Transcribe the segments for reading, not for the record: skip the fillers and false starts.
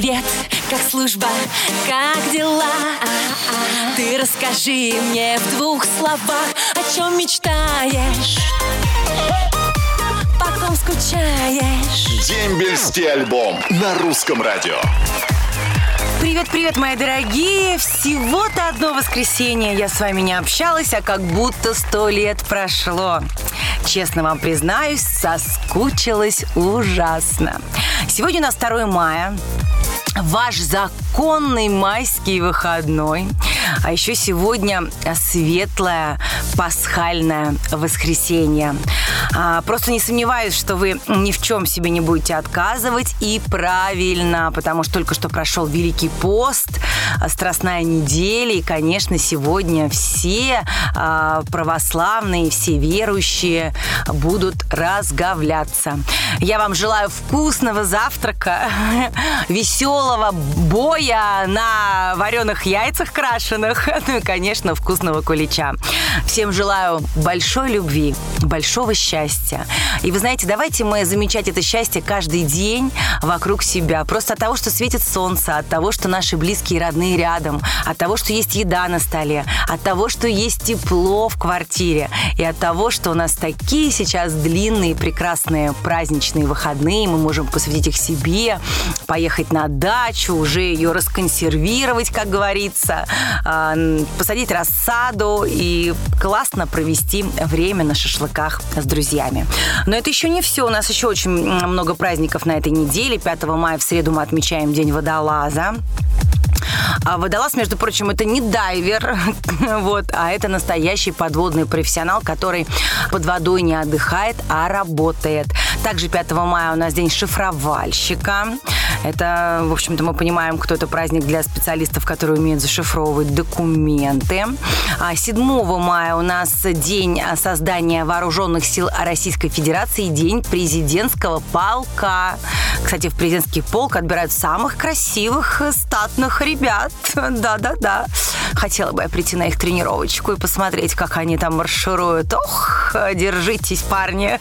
Привет, как служба, как дела? Ты расскажи мне в 2 словах, о чем мечтаешь, потом скучаешь. Дембельский альбом на русском радио. Привет, мои дорогие! Всего-то одно воскресенье я с вами не общалась, а как будто 100 лет прошло. Честно вам признаюсь, соскучилась ужасно. Сегодня у нас 2 мая. Ваш законный майский выходной. А еще сегодня светлое пасхальное воскресенье. Просто не сомневаюсь, что вы ни в чем себе не будете отказывать. И правильно, потому что только что прошел Великий пост, Страстная неделя. И, конечно, сегодня все православные, все верующие будут разговляться. Я вам желаю вкусного завтрака, веселого боя на вареных яйцах крашеных, ну и, конечно, вкусного кулича. Всем желаю большой любви, большого счастья. И вы знаете, давайте мы замечать это счастье каждый день вокруг себя. Просто от того, что светит солнце, от того, что наши близкие и родные рядом, от того, что есть еда на столе, от того, что есть тепло в квартире, и от того, что у нас такие сейчас длинные, прекрасные праздничные выходные, мы можем посвятить их себе, поехать на дачу, уже ее расконсервировать, как говорится, посадить рассаду и классно провести время на шашлыках с друзьями. Но это еще не все. У нас еще очень много праздников на этой неделе. 5 мая в среду мы отмечаем День водолаза. А водолаз, между прочим, это не дайвер, а это настоящий подводный профессионал, который под водой не отдыхает, а работает. Также 5 мая у нас день шифровальщика. Это, в общем-то, мы понимаем, кто это праздник для специалистов, которые умеют зашифровывать документы. 7 мая у нас день создания Вооруженных сил Российской Федерации, день президентского полка. Кстати, в президентский полк отбирают самых красивых, статных ребят. Да-да-да. Хотела бы я прийти на их тренировочку и посмотреть, как они там маршируют. Ох, держитесь, парни.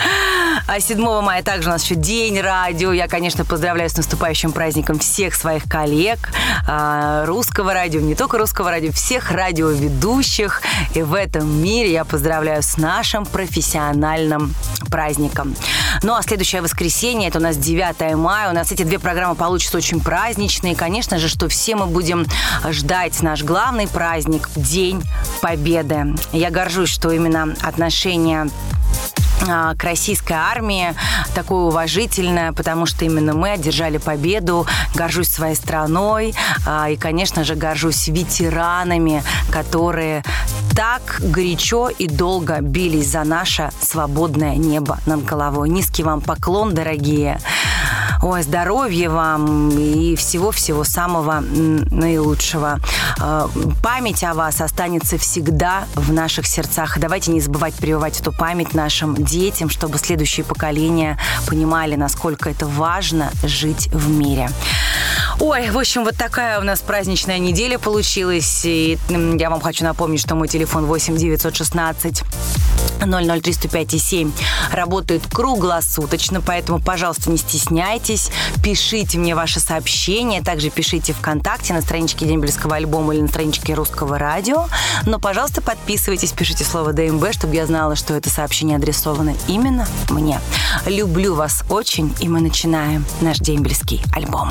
7 мая также у нас еще день радио. Я, конечно, поздравляю с наступающим праздником всех своих коллег русского радио, не только русского радио, всех радиоведущих. И в этом мире я поздравляю с нашим профессиональным праздником. Ну, а следующее воскресенье, это у нас 9 мая. У нас эти 2 программы получатся очень праздничные. Конечно же, что все мы будем ждать наш главный праздник – День Победы. Я горжусь, что именно отношение к российской армии такое уважительное, потому что именно мы одержали победу. Горжусь своей страной и, конечно же, горжусь ветеранами, которые так горячо и долго бились за наше свободное небо над головой. Низкий вам поклон, дорогие. Ой, здоровья вам и всего-всего самого наилучшего. Память о вас останется всегда в наших сердцах. Давайте не забывать прививать эту память нашим детям, чтобы следующие поколения понимали, насколько это важно жить в мире. Ой, в общем, вот такая у нас праздничная неделя получилась. И я вам хочу напомнить, что мой телефон 8 916 003 105 7 работает круглосуточно, поэтому, пожалуйста, не стесняйтесь, пишите мне ваши сообщения, также пишите ВКонтакте на страничке Дембельского альбома или на страничке Русского радио, но, пожалуйста, подписывайтесь, пишите слово ДМБ, чтобы я знала, что это сообщение адресовано именно мне. Люблю вас очень, и мы начинаем наш Дембельский альбом.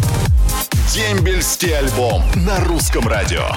Дембельский альбом на русском радио.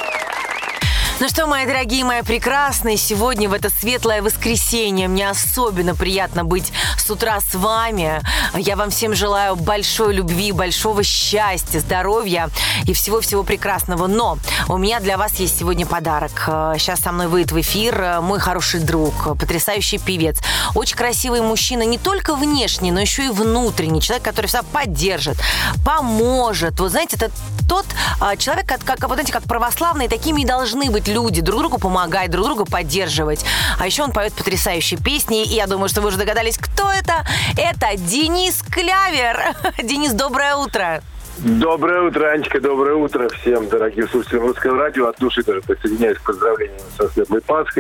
Ну что, мои дорогие, мои прекрасные, сегодня в это светлое воскресенье мне особенно приятно быть с утра с вами. Я вам всем желаю большой любви, большого счастья, здоровья и всего-всего прекрасного. Но у меня для вас есть сегодня подарок. Сейчас со мной выйдет в эфир мой хороший друг, потрясающий певец, очень красивый мужчина, не только внешне, но еще и внутренний, человек, который всегда поддержит, поможет. Вот знаете, это тот человек, как православные, такими и должны быть люди, друг другу помогать, друг друга поддерживать. А еще он поет потрясающие песни, и я думаю, что вы уже догадались, кто это. Это Денис Клявер. Денис, доброе утро. Доброе утро, Анечка, доброе утро всем дорогим слушателям Русского радио. От души даже присоединяюсь к поздравлениям со Светлой Пасхой.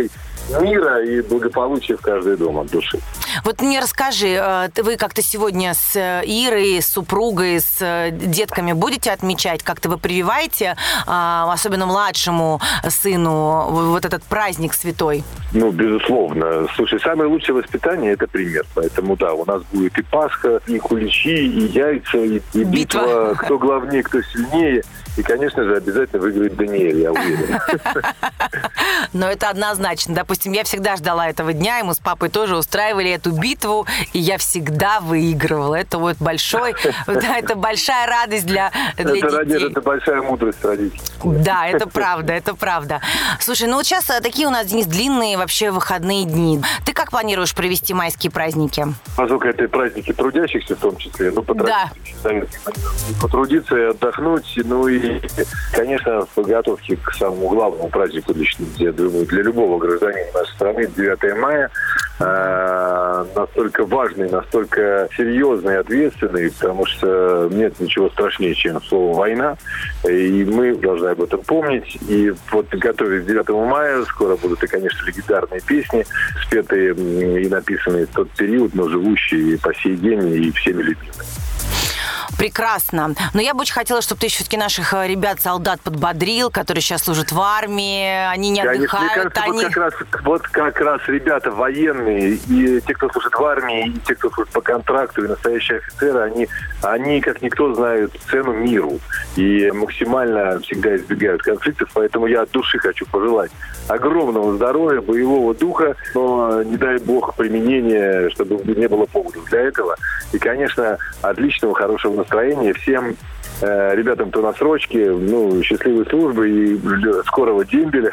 мира и благополучия в каждый дом от души. Вот мне расскажи, вы как-то сегодня с Ирой, с супругой, с детками будете отмечать? Как-то вы прививаете, особенно младшему сыну, вот этот праздник святой? Ну, безусловно. Слушай, самое лучшее воспитание – это пример. Поэтому, да, у нас будет и Пасха, и куличи, и яйца, и битва. Кто главнее, кто сильнее. И, конечно же, обязательно выиграет Даниэль, я уверен. Но это однозначно. Допустим, я всегда ждала этого дня, и мы с папой тоже устраивали эту битву, и я всегда выигрывала. Это вот большой, да, это большая радость для детей. Это большая мудрость родителей. Да, это правда, это правда. Слушай, ну вот сейчас такие у нас, Денис, длинные вообще выходные дни. Ты как планируешь провести майские праздники? Поскольку это праздники трудящихся в том числе, ну, потрудиться и отдохнуть, ну и, конечно, в подготовке к самому главному празднику, лично, я думаю, для любого гражданина нашей страны, 9 мая, настолько важный, настолько серьезный и ответственный, потому что нет ничего страшнее, чем слово «война», и мы должны об этом помнить. И вот, готовясь к 9 мая, скоро будут и, конечно, легендарные песни, спетые и написанные в тот период, но живущие и по сей день, и всеми любимые. Прекрасно. Но я бы очень хотела, чтобы ты еще все-таки наших ребят, солдат подбодрил, которые сейчас служат в армии, они не отдыхают. Мне кажется, вот как раз ребята военные, и те, кто служит в армии, и те, кто служит по контракту, и настоящие офицеры, они как никто знают цену миру и максимально всегда избегают конфликтов, поэтому я от души хочу пожелать огромного здоровья, боевого духа, но не дай бог применения, чтобы не было поводов для этого. И, конечно, отличного, хорошего настроения всем ребятам, кто на срочке, ну, счастливой службы и скорого дембеля.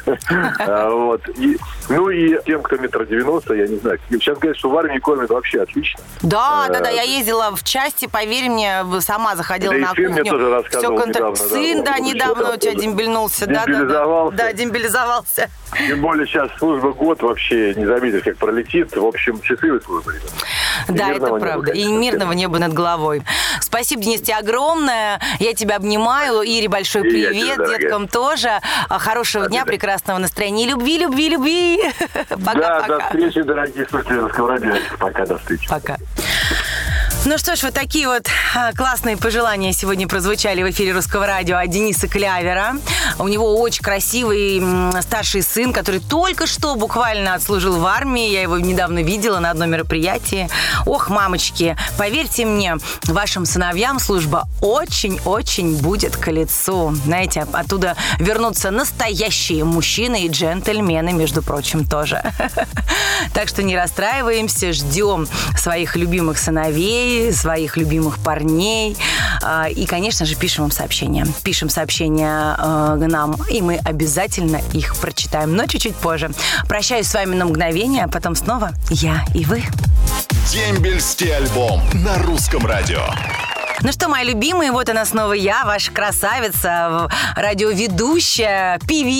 Ну и тем, кто 1,90 м, я не знаю. Сейчас говорят, что в армии кормят вообще отлично. Да, я ездила в части, поверь мне, сама заходила на кухню. Сын мне тоже рассказывал недавно. Сын, да, недавно у тебя дембельнулся. Да, дембелизовался. Тем более сейчас служба год вообще не заметишь, как пролетит. В общем, счастливой службы. Да, это правда. И мирного неба над головой. Спасибо, Денис, тебе огромное. Я тебя обнимаю. Ире большой привет, деткам тоже. Хорошего дня, прекрасного настроения. Любви. Пока-пока. Да, до встречи, дорогие слушатели Русского радио. Пока, до встречи. Пока. Ну что ж, вот такие вот классные пожелания сегодня прозвучали в эфире Русского радио от Дениса Клявера. У него очень красивый старший сын, который только что буквально отслужил в армии. Я его недавно видела на одном мероприятии. Ох, мамочки, поверьте мне, вашим сыновьям служба очень-очень будет к лицу. Знаете, оттуда вернутся настоящие мужчины и джентльмены, между прочим, тоже. Так что не расстраиваемся, ждем своих любимых сыновей, своих любимых парней. И, конечно же, пишем им сообщения. Пишем сообщения нам, и мы обязательно их прочитаем, но чуть-чуть позже. Прощаюсь с вами на мгновение, а потом снова я и вы. Дембельский альбом на Русском радио. Ну что, мои любимые, вот она снова я, ваша красавица, радиоведущая,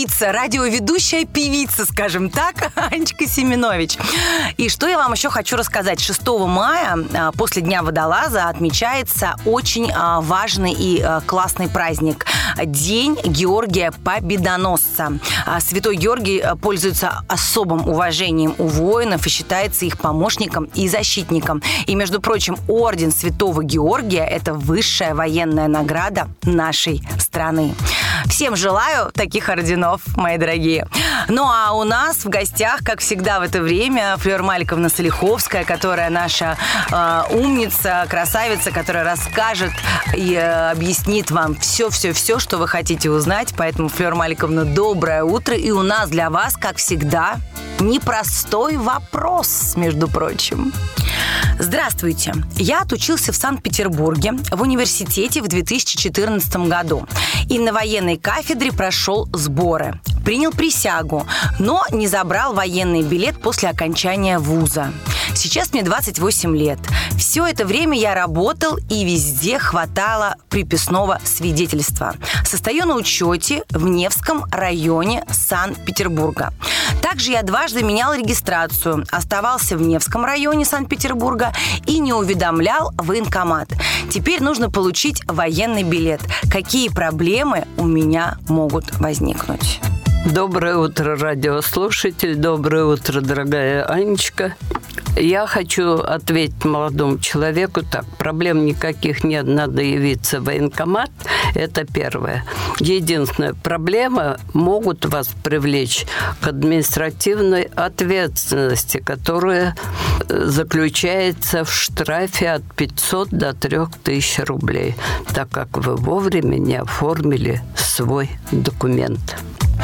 певица, скажем так, Анечка Семенович. И что я вам еще хочу рассказать. 6 мая, после Дня водолаза, отмечается очень важный и классный праздник. День Георгия Победоносца. Святой Георгий пользуется особым уважением у воинов и считается их помощником и защитником. И, между прочим, орден Святого Георгия – это высшая военная награда нашей страны. Всем желаю таких орденов, мои дорогие. Ну а у нас в гостях, как всегда в это время, Флёр Маликовна Салиховская, которая наша умница, красавица, которая расскажет и объяснит вам все, что вы хотите узнать. Поэтому, Флёр Маликовна, доброе утро. И у нас для вас, как всегда, непростой вопрос, между прочим. Здравствуйте. Я отучился в Санкт-Петербурге в университете в 2014 году. И на военной кафедре прошел сборы. Принял присягу, но не забрал военный билет после окончания вуза. Сейчас мне 28 лет. Все это время я работал, и везде хватало приписного свидетельства. Состою на учете в Невском районе Санкт-Петербурга. Также я дважды менял регистрацию, оставался в Невском районе Санкт-Петербурга и не уведомлял военкомат. Теперь нужно получить военный билет. Какие проблемы у меня могут возникнуть? Доброе утро, радиослушатель. Доброе утро, дорогая Анечка. Я хочу ответить молодому человеку так. Проблем никаких нет, надо явиться в военкомат. Это первое. Единственная проблема – могут вас привлечь к административной ответственности, которая заключается в штрафе от 500 до 3000 рублей, так как вы вовремя не оформили свой документ.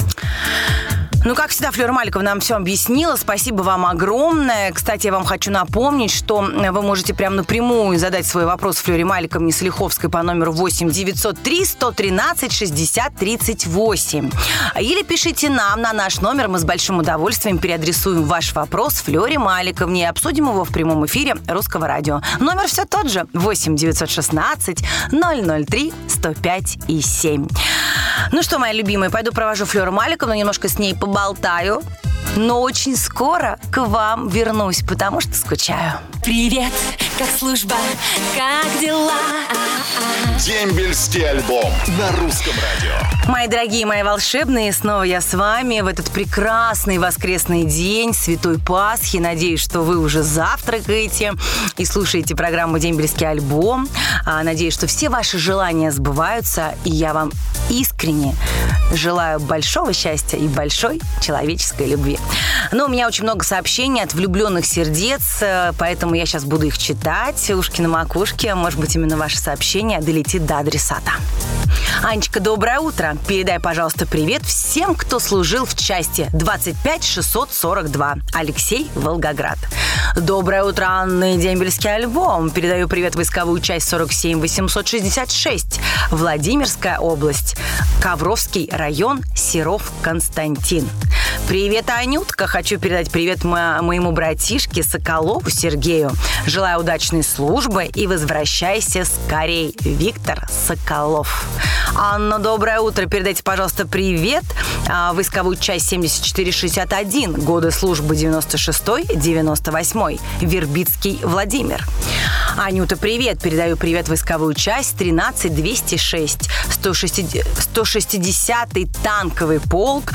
Ну, как всегда, Флёра Маликова нам все объяснила. Спасибо вам огромное. Кстати, я вам хочу напомнить, что вы можете прямо напрямую задать свой вопрос Флёре Маликовне Салиховской по номеру 8 903 113 60 38. Или пишите нам на наш номер. Мы с большим удовольствием переадресуем ваш вопрос Флёре Маликовне и обсудим его в прямом эфире Русского радио. Номер все тот же. 8 916 003 105 и 7. Ну что, моя любимая, пойду провожу Флёру Маликовну, немножко с ней поболтаю. Но очень скоро к вам вернусь, потому что скучаю. Привет, как служба, как дела? Дембельский альбом на Русском радио. Мои дорогие, мои волшебные, снова я с вами в этот прекрасный воскресный день Святой Пасхи. Надеюсь, что вы уже завтракаете и слушаете программу «Дембельский альбом». Надеюсь, что все ваши желания сбываются, и я вам искренне желаю большого счастья и большой человеческой любви. Но у меня очень много сообщений от влюбленных сердец, поэтому я сейчас буду их читать. Ушки на макушке. Может быть, именно ваше сообщение долетит до адресата. Анечка, доброе утро. Передай, пожалуйста, привет всем, кто служил в части 25642. Алексей, Волгоград. Доброе утро, Анна и Дембельский альбом. Передаю привет войсковую часть 47866. Владимирская область. Ковровский район. Серов Константин. Привет, Анютка. Хочу передать привет моему братишке Соколову Сергею. Желаю удачной службы и возвращайся скорей. Виктор Соколов. Анна, доброе утро. Передайте, пожалуйста, привет. Войсковую часть 7461. Годы службы 96-98. Вербицкий Владимир. Анюта, привет. Передаю привет войсковую часть 13206. 160-й танковый полк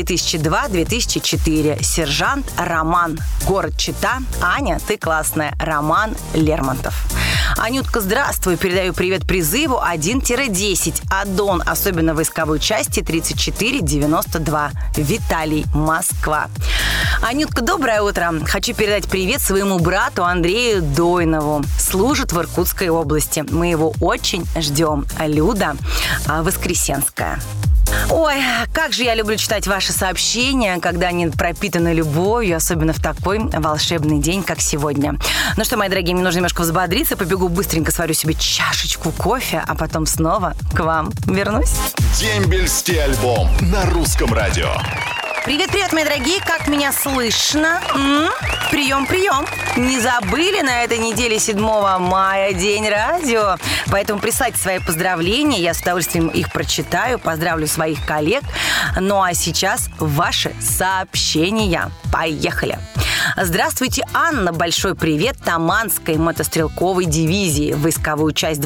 2002-2004. Сержант Роман. Город Чита. Аня, ты классная. Роман Лермонтов. Анютка, здравствуй. Передаю привет призыву 1-10. Аддон, особенно войсковой части 3492. Виталий, Москва. Анютка, доброе утро. Хочу передать привет своему брату Андрею Дойнову. Служит в Иркутской области. Мы его очень ждем. Люда Воскресенская. Ой, как же я люблю читать ваши сообщения, когда они пропитаны любовью, особенно в такой волшебный день, как сегодня. Ну что, мои дорогие, мне нужно немножко взбодриться, побегу быстренько, сварю себе чашечку кофе, а потом снова к вам вернусь. Дембельский альбом на Русском радио. Привет-привет, мои дорогие, как меня слышно? Прием. Не забыли на этой неделе 7 мая День радио? Поэтому присылайте свои поздравления, я с удовольствием их прочитаю, поздравлю своих коллег. Ну а сейчас ваши сообщения. Поехали! Здравствуйте, Анна. Большой привет Таманской мотострелковой дивизии. Войсковую часть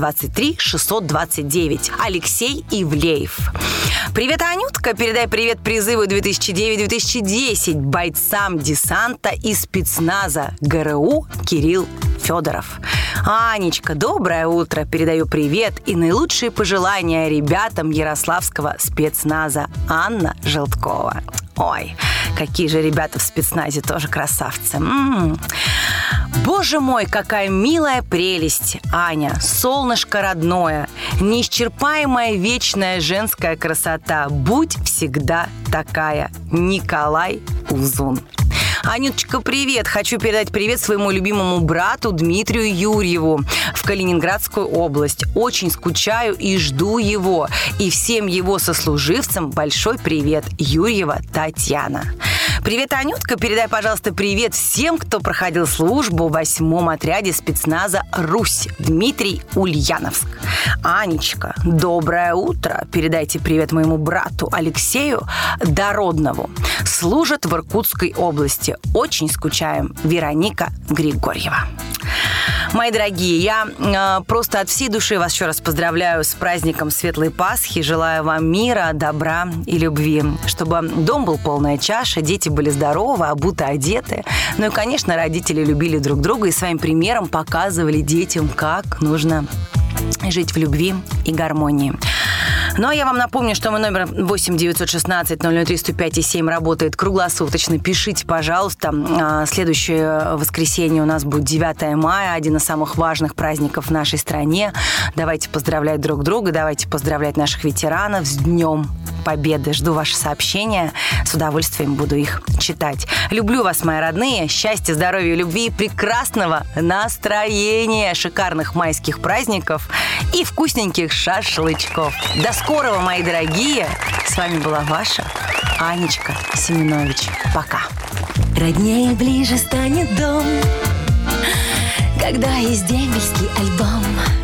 23-629. Алексей Ивлеев. Привет, Анютка. Передай привет призыву 2009-2010 бойцам десанта и спецназа ГРУ Кирилл Федоров. Анечка, доброе утро. Передаю привет и наилучшие пожелания ребятам Ярославского спецназа. Анна Желткова. Ой, какие же ребята в спецназе, тоже красавцы. Боже мой, какая милая прелесть, Аня, солнышко родное, неисчерпаемая вечная женская красота. Будь всегда такая. Николай Узун. Анюточка, привет! Хочу передать привет своему любимому брату Дмитрию Юрьеву в Калининградскую область. Очень скучаю и жду его. И всем его сослуживцам большой привет. Юрьева Татьяна. Привет, Анютка. Передай, пожалуйста, привет всем, кто проходил службу в 8-м отряде спецназа «Русь». Дмитрий, Ульяновск. Анечка, доброе утро. Передайте привет моему брату Алексею Дороднову. Служит в Иркутской области. Очень скучаем. Вероника Григорьева. Мои дорогие, я просто от всей души вас еще раз поздравляю с праздником Светлой Пасхи. Желаю вам мира, добра и любви. Чтобы дом был полная чаша, дети были здоровы, обуты, одеты. Ну и, конечно, родители любили друг друга и своим примером показывали детям, как нужно жить в любви и гармонии. Ну, а я вам напомню, что мой номер 8 916 003 105 7 работает круглосуточно. Пишите, пожалуйста. Следующее воскресенье у нас будет 9 мая, один из самых важных праздников в нашей стране. Давайте поздравлять друг друга, давайте поздравлять наших ветеранов с Днем Победы. Жду ваши сообщения, с удовольствием буду их читать. Люблю вас, мои родные. Счастья, здоровья, любви, прекрасного настроения, шикарных майских праздников и вкусненьких шашлычков. До скорого, мои дорогие. С вами была ваша Анечка Семенович. Пока. Роднее ближе станет дом, когда есть дембельский альбом.